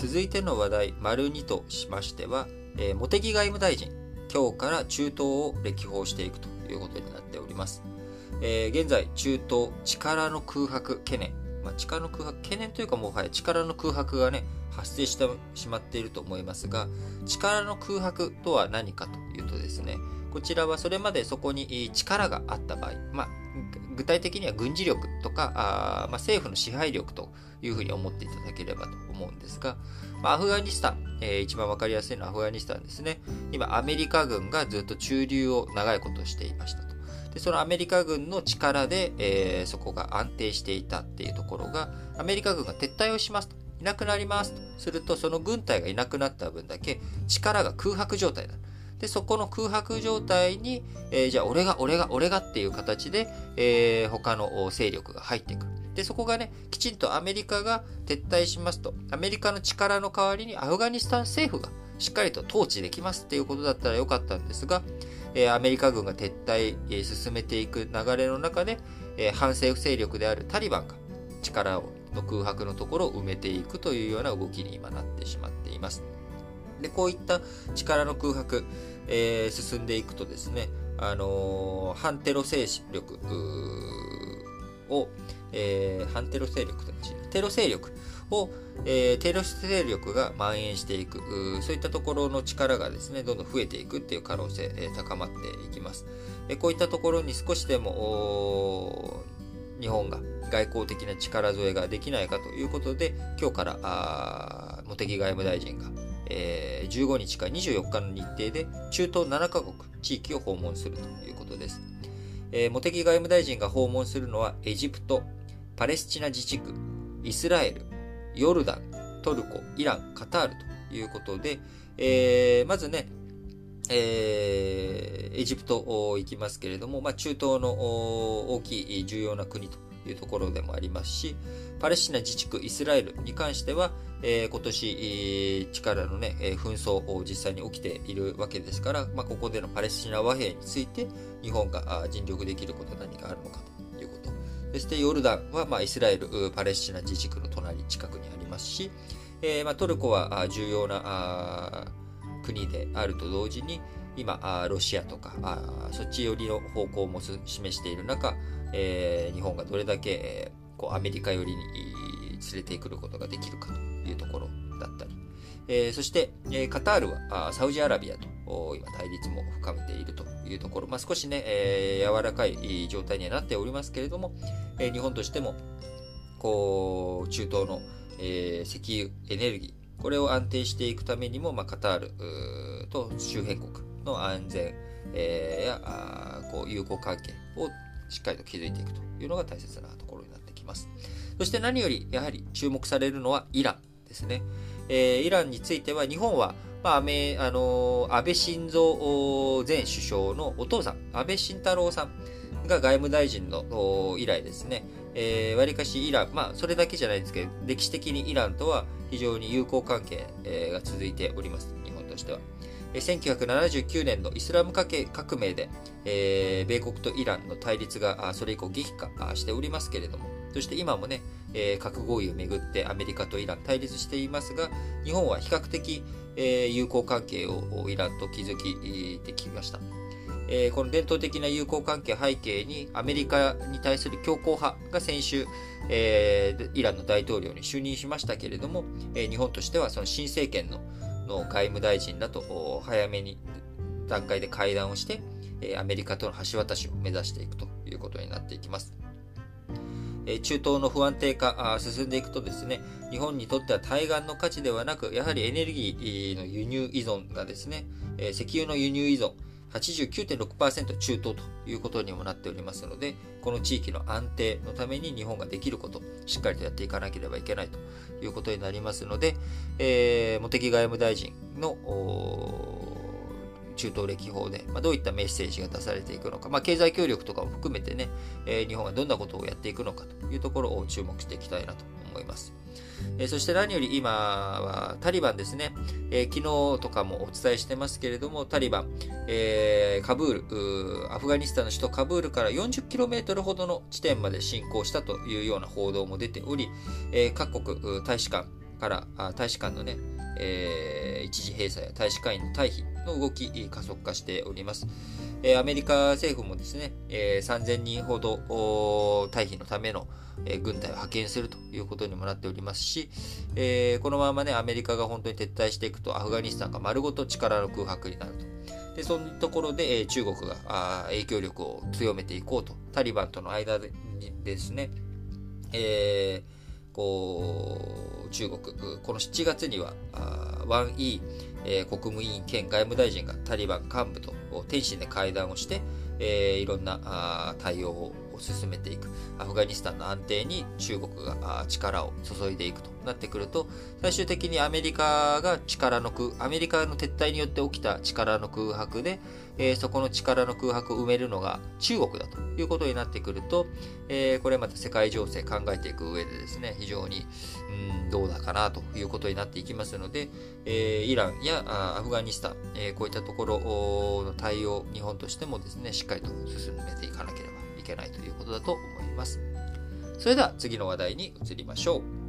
続いての話題、丸2としましては、茂木外務大臣、今日から中東を歴訪していくということになっております。現在、中東、力の空白懸念、力の空白懸念というか、もはや力の空白がね、発生してしまっていると思いますが、力の空白とは何かというとですね、こちらはそれまでそこに力があった場合、具体的には軍事力とか政府の支配力というふうに思っていただければと思うんですが、アフガニスタン、一番わかりやすいのはアフガニスタンですね。今、アメリカ軍がずっと駐留を長いことしていましたと。でそのアメリカ軍の力で、そこが安定していたっていうところが、アメリカ軍が撤退をしますと。いなくなりますとすると、その軍隊がいなくなった分だけ力が空白状態だ。で、そこの空白状態に、じゃあ俺がっていう形で、他の勢力が入ってくる。で、そこがね、きちんとアメリカが撤退しますと、アメリカの力の代わりにアフガニスタン政府がしっかりと統治できますっていうことだったらよかったんですが、アメリカ軍が撤退、進めていく流れの中で、反政府勢力であるタリバンが力の空白のところを埋めていくというような動きに今なってしまっています。で、こういった力の空白、進んでいくとですね、反テロ勢力を、反テロ勢力テロ勢力を、テロ勢力が蔓延していく、そういったところの力がですね、どんどん増えていくっていう可能性、高まっていきます。こういったところに少しでも日本が外交的な力添えができないかということで、今日から茂木外務大臣が15日から24日の日程で中東7カ国地域を訪問するということです。茂木外務大臣が訪問するのはエジプト、パレスチナ自治区、イスラエル、ヨルダン、トルコ、イラン、カタールということで、まずね、エジプト行きますけれども、中東の大きい重要な国というところでもありますし、パレスチナ自治区イスラエルに関しては、今年力のね、紛争を実際に起きているわけですから、ここでのパレスチナ和平について日本が尽力できることは何かあるのかということ。そしてヨルダンはイスラエル、パレスチナ自治区の隣近くにありますし、トルコは重要な国であると同時に、今ロシアとかそっち寄りの方向も示している中、日本がどれだけアメリカ寄りに連れてくることができるかというところだったり、そして、カタールはサウジアラビアと今対立も深めているというところ、少しね、柔らかい状態にはなっておりますけれども、日本としても中東の、石油エネルギーこれを安定していくためにも、カタールと周辺国の安全、や友好関係をしっかりと築いていくというのが大切なところになってきます。そして何よりやはり注目されるのはイランですね。イランについては日本は、安倍晋三前首相のお父さん、安倍晋太郎さんが外務大臣の以来ですね、わりかしイラン、それだけじゃないですけど、歴史的にイランとは非常に友好関係が続いております、日本としては。1979年のイスラム革命で、米国とイランの対立がそれ以降激化しておりますけれども、そして今もね、核合意をめぐってアメリカとイラン対立していますが、日本は比較的、友好関係をイランと築いてきました。この伝統的な友好関係背景にアメリカに対する強硬派が先週、イランの大統領に就任しましたけれども、日本としてはその新政権の外務大臣らと早めに段階で会談をして、アメリカとの橋渡しを目指していくということになっていきます。中東の不安定化進んでいくとですね、日本にとっては対岸の価値ではなく、やはりエネルギーの輸入依存がですね、石油の輸入依存 89.6% 中東ということにもなっておりますので、この地域の安定のために日本ができること、しっかりとやっていかなければいけないということになりますので、茂木外務大臣の中東歴訪で、どういったメッセージが出されていくのか、経済協力とかも含めてね、日本がどんなことをやっていくのかというところを注目していきたいなと思います。そして何より今はタリバンですね、昨日とかもお伝えしてますけれども、タリバン、カブール、アフガニスタンの首都カブールから 40km ほどの地点まで進行したというような報道も出ており、各国大使館から大使館のね、一時閉鎖や大使館員の退避の動き加速化しております。アメリカ政府もですね、3000人ほど退避のための軍隊を派遣するということにもなっておりますし、このままね、アメリカが本当に撤退していくと、アフガニスタンが丸ごと力の空白になると。で、そのところで、中国が影響力を強めていこうと、タリバンとの間でですね、中国、この7月には、ワン・イー、国務委員兼外務大臣がタリバン幹部と天津で会談をして、いろんな対応を進めていく。アフガニスタンの安定に中国が力を注いでいくとなってくると、最終的にアメリカの撤退によって起きた力の空白で、そこの力の空白を埋めるのが中国だということになってくると、これまた世界情勢考えていく上でですね、非常にどうだかなということになっていきますので、イランやアフガニスタン、こういったところの対応、日本としてもですね、しっかりと進めていかなければいけないということだと思います。それでは次の話題に移りましょう。